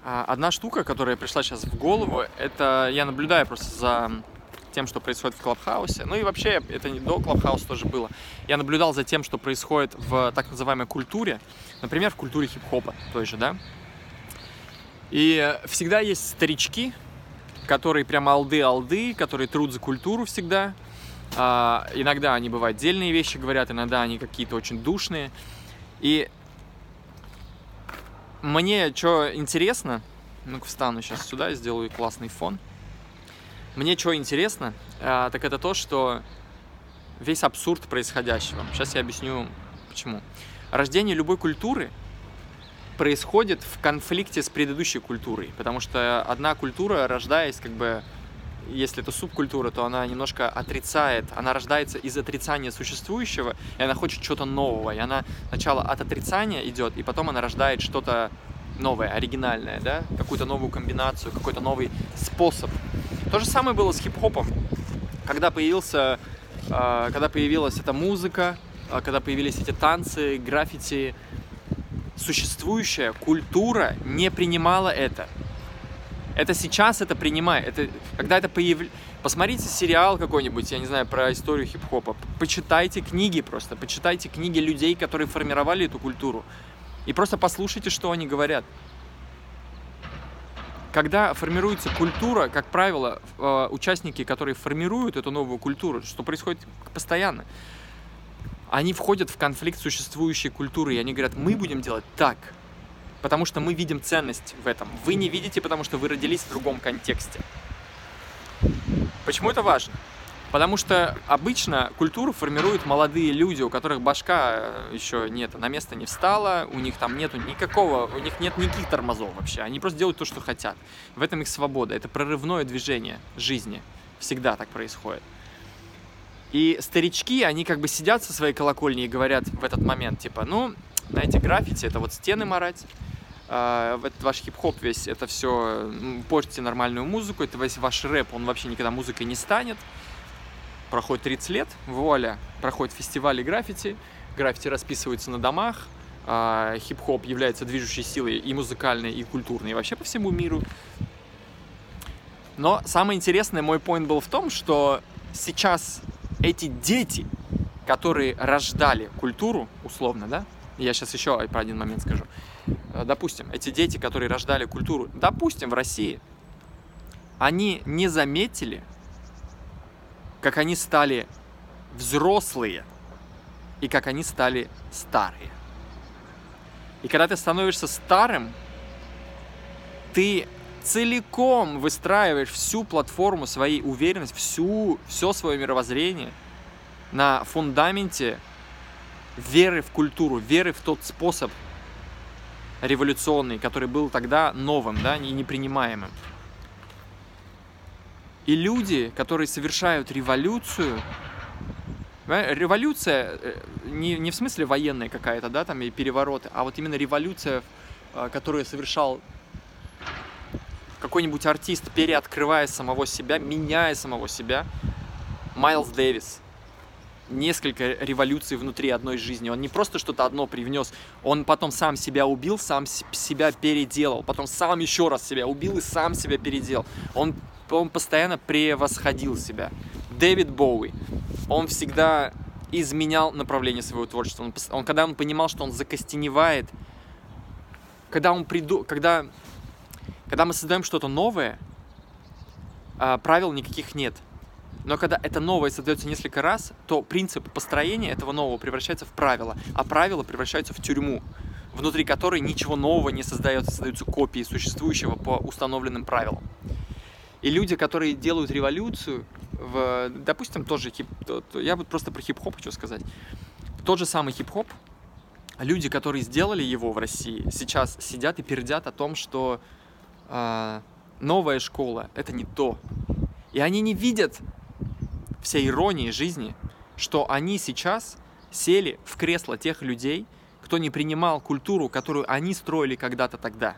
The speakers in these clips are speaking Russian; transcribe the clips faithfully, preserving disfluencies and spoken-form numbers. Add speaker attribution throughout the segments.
Speaker 1: А, Одна штука, которая пришла сейчас в голову, это я наблюдаю просто за тем, что происходит в Клабхаусе. Ну и вообще, это не до Клабхауса тоже было. Я наблюдал за тем, что происходит в так называемой культуре. Например, в культуре хип-хопа той же, да. И всегда есть старички, которые прям алды-алды, которые трут за культуру всегда. А, иногда они бывают дельные вещи говорят, иногда они какие-то очень душные. И мне что интересно, ну-ка встану сейчас сюда и сделаю классный фон. Мне что интересно, а, так это то, что весь абсурд происходящего. Сейчас я объясню, почему. Рождение любой культуры происходит в конфликте с предыдущей культурой, потому что одна культура, рождаясь, как бы, если это субкультура, то она немножко отрицает, она рождается из отрицания существующего, и она хочет чего-то нового, и она сначала от отрицания идет, и потом она рождает что-то новое, оригинальное, да, какую-то новую комбинацию, какой-то новый способ. То же самое было с хип-хопом, когда появился, когда появилась эта музыка, когда появились эти танцы, граффити. Существующая культура не принимала это. Это сейчас это принимает. Это, когда это появляется... Посмотрите сериал какой-нибудь, я не знаю, про историю хип-хопа. Почитайте книги просто. Почитайте книги людей, которые формировали эту культуру. И просто послушайте, что они говорят. Когда формируется культура, как правило, участники, которые формируют эту новую культуру, что происходит постоянно, они входят в конфликт с существующей культурой, и они говорят, мы будем делать так, потому что мы видим ценность в этом. Вы не видите, потому что вы родились в другом контексте. Почему это важно? Потому что обычно культуру формируют молодые люди, у которых башка еще нет, на место не встала, у них там нету никакого, у них нет никаких тормозов вообще. Они просто делают то, что хотят. В этом их свобода. Это прорывное движение жизни. Всегда так происходит. И старички, они как бы сидят со своей колокольни и говорят в этот момент, типа, ну, знаете, граффити, это вот стены марать, э, этот ваш хип-хоп весь, это все, ну, портите нормальную музыку, это весь ваш рэп, он вообще никогда музыкой не станет. Проходит тридцать лет, вуаля, проходят фестивали граффити, граффити расписываются на домах, э, хип-хоп является движущей силой и музыкальной, и культурной, и вообще по всему миру. Но самое интересное, мой поинт был в том, что сейчас... Эти дети, которые рождали культуру, условно, да, я сейчас еще про один момент скажу. Допустим, эти дети, которые рождали культуру, допустим, в России, они не заметили, как они стали взрослые и как они стали старые. И когда ты становишься старым, ты целиком выстраиваешь всю платформу своей уверенности, всю, все свое мировоззрение на фундаменте веры в культуру, веры в тот способ революционный, который был тогда новым, да, и непринимаемым. И люди, которые совершают революцию, революция не, не в смысле военная какая-то, да, там и перевороты, а вот именно революция, которую совершал какой-нибудь артист, переоткрывая самого себя, меняя самого себя. Майлз Дэвис. Несколько революций внутри одной жизни. Он не просто что-то одно привнес, он потом сам себя убил, сам себя переделал, потом сам еще раз себя убил и сам себя переделал. Он, он постоянно превосходил себя. Дэвид Боуи. Он всегда изменял направление своего творчества. Он, он, когда он понимал, что он закостеневает, когда он приду, когда Когда мы создаем что-то новое, правил никаких нет. Но когда это новое создается несколько раз, то принцип построения этого нового превращается в правило, а правила превращаются в тюрьму, внутри которой ничего нового не создается, создаются копии существующего по установленным правилам. И люди, которые делают революцию, в, допустим, тоже хип, я вот просто про хип-хоп хочу сказать, тот же самый хип-хоп, люди, которые сделали его в России, сейчас сидят и пердят о том, что новая школа — это не то. И они не видят всей иронии жизни, что они сейчас сели в кресло тех людей, кто не принимал культуру, которую они строили когда-то тогда.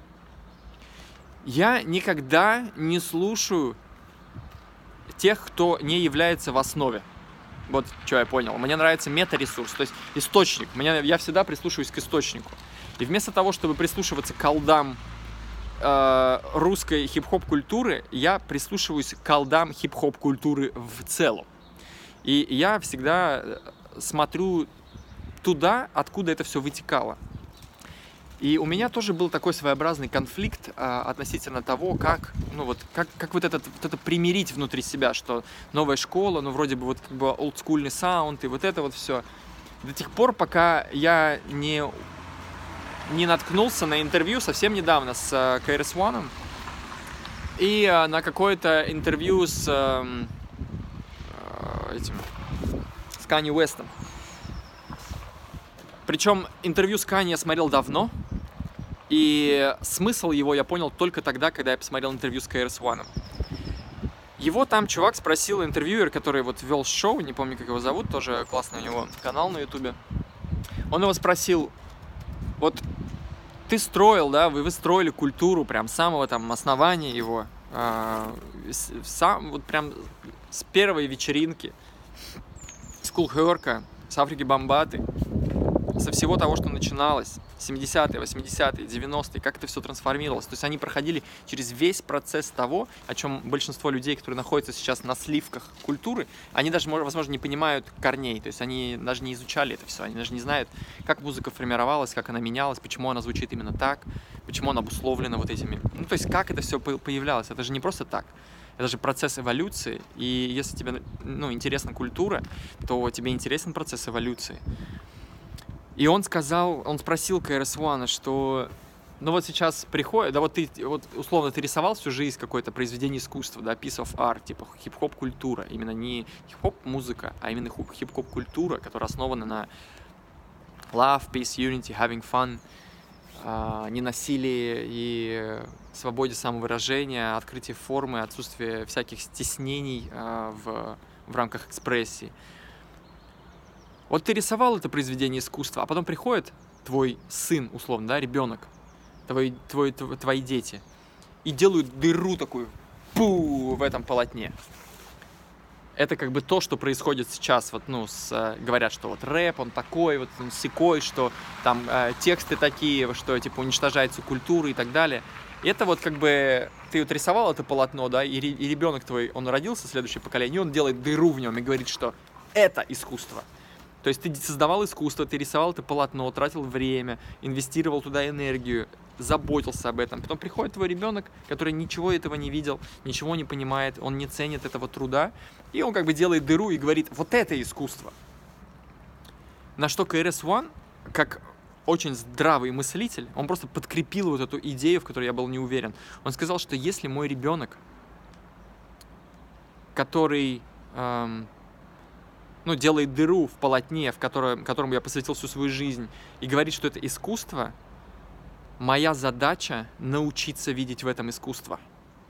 Speaker 1: Я никогда не слушаю тех, кто не является в основе. Вот что я понял. Мне нравится мета-ресурс, то есть источник. Мне, я всегда прислушиваюсь к источнику. И вместо того, чтобы прислушиваться к колдам э, русской хип-хоп культуры я прислушиваюсь к колдам хип-хоп культуры в целом. И я всегда смотрю туда, откуда это все вытекало. И у меня тоже был такой своеобразный конфликт а, относительно того, как, ну вот, как, как вот, этот, вот это примирить внутри себя, что новая школа, ну вроде бы вот как бы олдскульный саунд и вот это вот все. До тех пор, пока я не, не наткнулся на интервью совсем недавно с uh, кей ар эс One и uh, на какое-то интервью с uh, uh, этим, с Канье Уэстом. Причем интервью с Канье я смотрел давно, и смысл его я понял только тогда, когда я посмотрел интервью с кей ар эс One. Его там чувак спросил, интервьюер, который вот вел шоу, не помню, как его зовут, тоже классный у него канал на ютубе. Он его спросил, вот ты строил, да, вы, вы строили культуру прям с самого там основания его, э, сам, вот прям с первой вечеринки, с Kool Herc, с Африки Бамбаты, со всего того, что начиналось, семидесятые, восьмидесятые, девяностые, как это все трансформировалось. То есть они проходили через весь процесс того, о чем большинство людей, которые находятся сейчас на сливках культуры, они даже, возможно, не понимают корней. То есть они даже не изучали это все, они даже не знают, как музыка формировалась, как она менялась, почему она звучит именно так, почему она обусловлена вот этими... Ну, то есть как это все появлялось. Это же не просто так. Это же процесс эволюции. И если тебе, ну, интересна культура, то тебе интересен процесс эволюции. И он сказал, он спросил кей ар эс One, что, ну вот сейчас приходит, да вот ты, вот условно, ты рисовал всю жизнь какое-то произведение искусства, да, piece of art, типа хип-хоп культура, именно не хип-хоп музыка, а именно хип-хоп культура, которая основана на love, peace, unity, having fun, э, ненасилии и свободе самовыражения, открытии формы, отсутствие всяких стеснений э, в, в рамках экспрессии. Вот ты рисовал это произведение искусства, а потом приходит твой сын, условно, да, ребенок, твой, твой, твой, твои дети, и делают дыру такую, пу, в этом полотне. Это как бы то, что происходит сейчас, вот, ну, с, говорят, что вот рэп, он такой, вот он сякой, что там э, тексты такие, что, типа, уничтожается культура и так далее. И это вот как бы, ты вот рисовал это полотно, да, и, и ребенок твой, он родился, следующее поколение, и он делает дыру в нем и говорит, что это искусство. То есть ты создавал искусство, ты рисовал это полотно, тратил время, инвестировал туда энергию, заботился об этом. Потом приходит твой ребенок, который ничего этого не видел, ничего не понимает, он не ценит этого труда, и он как бы делает дыру и говорит, вот это искусство. На что кей ар эс One, как очень здравый мыслитель, он просто подкрепил вот эту идею, в которой я был не уверен. Он сказал, что если мой ребенок, который... Эм, ну, делает дыру в полотне, в котором, которому я посвятил всю свою жизнь, и говорит, что это искусство, моя задача научиться видеть в этом искусство.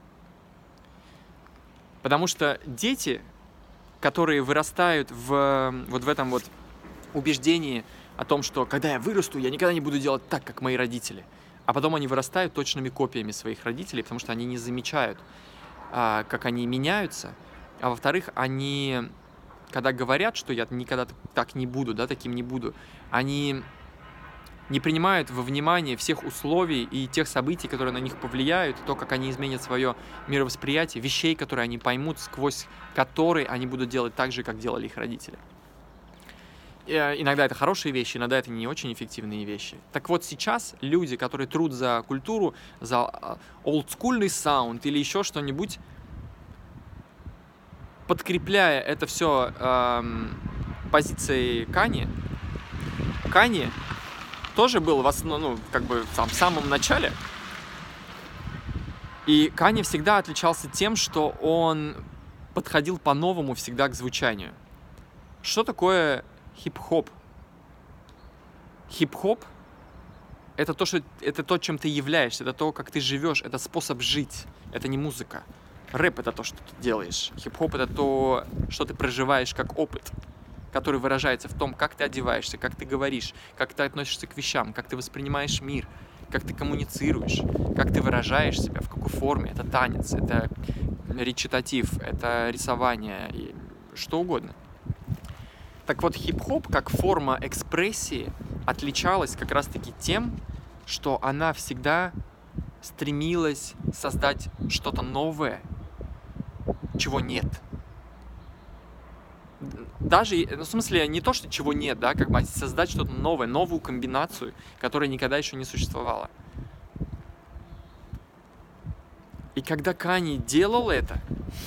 Speaker 1: Потому что дети, которые вырастают в, вот в этом вот убеждении о том, что когда я вырасту, я никогда не буду делать так, как мои родители, а потом они вырастают точными копиями своих родителей, потому что они не замечают, как они меняются, а во-вторых, они... Когда говорят, что я никогда так не буду, да, таким не буду, они не принимают во внимание всех условий и тех событий, которые на них повлияют, то, как они изменят свое мировосприятие, вещей, которые они поймут, сквозь которые они будут делать так же, как делали их родители. И иногда это хорошие вещи, иногда это не очень эффективные вещи. Так вот сейчас люди, которые трут за культуру, за олдскульный саунд или еще что-нибудь, подкрепляя это все эм, позицией Канье, Канье тоже был в основном, ну, как бы в самом начале. И Канье всегда отличался тем, что он подходил по-новому всегда к звучанию. Что такое хип-хоп? Хип-хоп — это то, что, это то, чем ты являешься, это то, как ты живешь, это способ жить, это не музыка. Рэп — это то, что ты делаешь. Хип-хоп — это то, что ты проживаешь как опыт, который выражается в том, как ты одеваешься, как ты говоришь, как ты относишься к вещам, как ты воспринимаешь мир, как ты коммуницируешь, как ты выражаешь себя, в какой форме. Это танец, это речитатив, это рисование, и что угодно. Так вот, хип-хоп как форма экспрессии отличалась как раз-таки тем, что она всегда стремилась создать что-то новое, чего нет. Даже, ну, в смысле, не то, что чего нет, да, как бы, а создать что-то новое, новую комбинацию, которая никогда еще не существовала. И когда Канье делал это,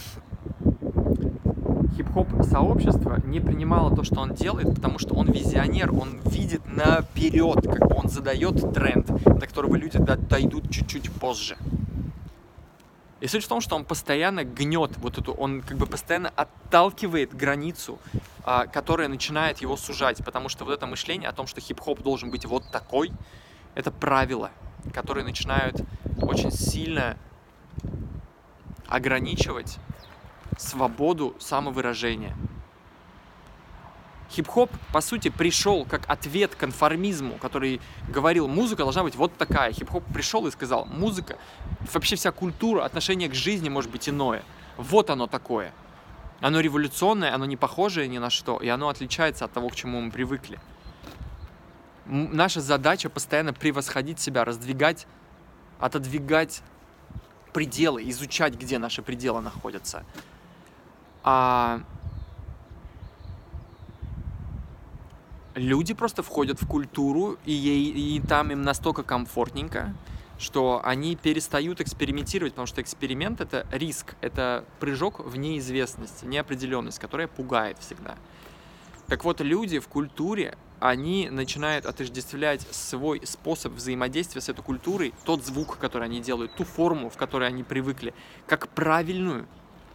Speaker 1: хип-хоп сообщество не принимало то, что он делает, потому что он визионер, он видит наперед, как бы он задает тренд, до которого люди дойдут чуть-чуть позже. И суть в том, что он постоянно гнет вот эту, он как бы постоянно отталкивает границу, а, которая начинает его сужать, потому что вот это мышление о том, что хип-хоп должен быть вот такой, это правила, которые начинают очень сильно ограничивать свободу самовыражения. Хип-хоп, по сути, пришел как ответ конформизму, который говорил, музыка должна быть вот такая. Хип-хоп пришел и сказал, музыка, вообще вся культура, отношение к жизни может быть иное. Вот оно такое. Оно революционное, оно не похожее ни на что, и оно отличается от того, к чему мы привыкли. М- наша задача постоянно превосходить себя, раздвигать, отодвигать пределы, изучать, где наши пределы находятся. А люди просто входят в культуру, и, ей, и там им настолько комфортненько, что они перестают экспериментировать, потому что эксперимент — это риск, это прыжок в неизвестность, неопределенность, которая пугает всегда. Так вот, люди в культуре, они начинают отождествлять свой способ взаимодействия с этой культурой, тот звук, который они делают, ту форму, в которой они привыкли, как правильную.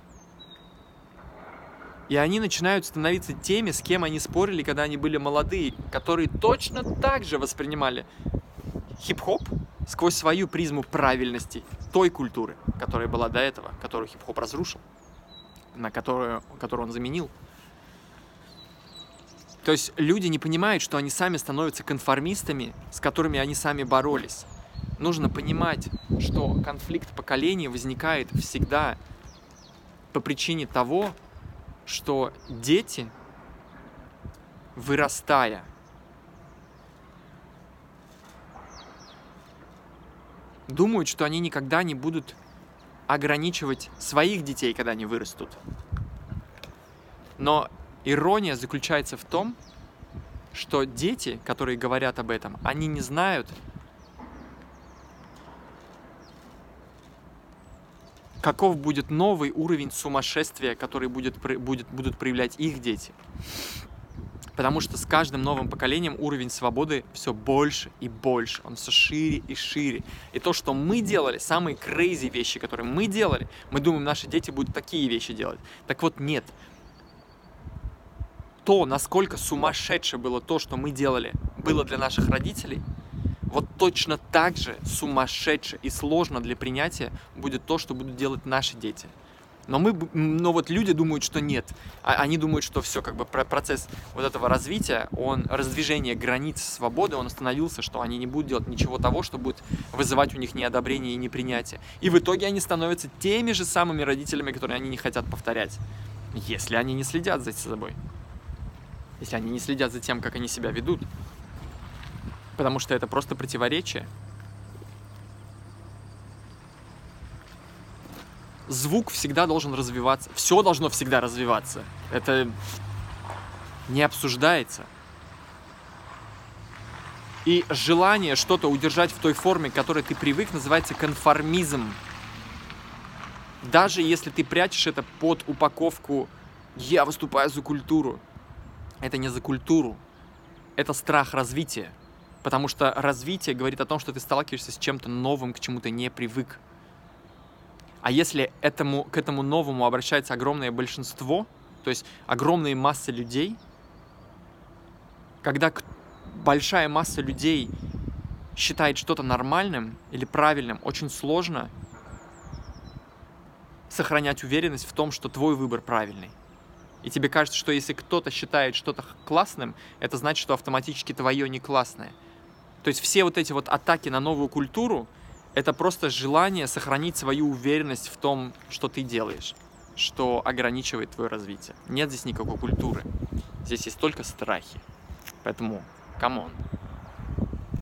Speaker 1: И они начинают становиться теми, с кем они спорили, когда они были молодые, которые точно так же воспринимали хип-хоп сквозь свою призму правильности той культуры, которая была до этого, которую хип-хоп разрушил, на которую, которую он заменил. То есть люди не понимают, что они сами становятся конформистами, с которыми они сами боролись. Нужно понимать, что конфликт поколений возникает всегда по причине того, что дети, вырастая, думают, что они никогда не будут ограничивать своих детей, когда они вырастут. Но ирония заключается в том, что дети, которые говорят об этом, они не знают, каков будет новый уровень сумасшествия, который будет, будет, будут проявлять их дети. Потому что с каждым новым поколением уровень свободы все больше и больше, он все шире и шире. И то, что мы делали, самые crazy вещи, которые мы делали, мы думаем, наши дети будут такие вещи делать. Так вот, нет. То, насколько сумасшедше было то, что мы делали, было для наших родителей, вот точно так же сумасшедше и сложно для принятия будет то, что будут делать наши дети. Но, мы, но вот люди думают, что нет. Они думают, что все, как бы процесс вот этого развития, он, раздвижение границ свободы, он остановился, что они не будут делать ничего того, что будет вызывать у них неодобрение и непринятие. И в итоге они становятся теми же самыми родителями, которые они не хотят повторять, если они не следят за собой. Если они не следят за тем, как они себя ведут. Потому что это просто противоречие. Звук всегда должен развиваться. Все должно всегда развиваться. Это не обсуждается. И желание что-то удержать в той форме, к которой ты привык, называется конформизм. Даже если ты прячешь это под упаковку «я выступаю за культуру», это не за культуру. Это страх развития. Потому что развитие говорит о том, что ты сталкиваешься с чем-то новым, к чему ты не привык. А если этому, к этому новому обращается огромное большинство, то есть огромные массы людей, когда большая масса людей считает что-то нормальным или правильным, очень сложно сохранять уверенность в том, что твой выбор правильный. И тебе кажется, что если кто-то считает что-то классным, это значит, что автоматически твое не классное. То есть все вот эти вот атаки на новую культуру — это просто желание сохранить свою уверенность в том, что ты делаешь, что ограничивает твое развитие. Нет здесь никакой культуры. Здесь есть только страхи. Поэтому, камон.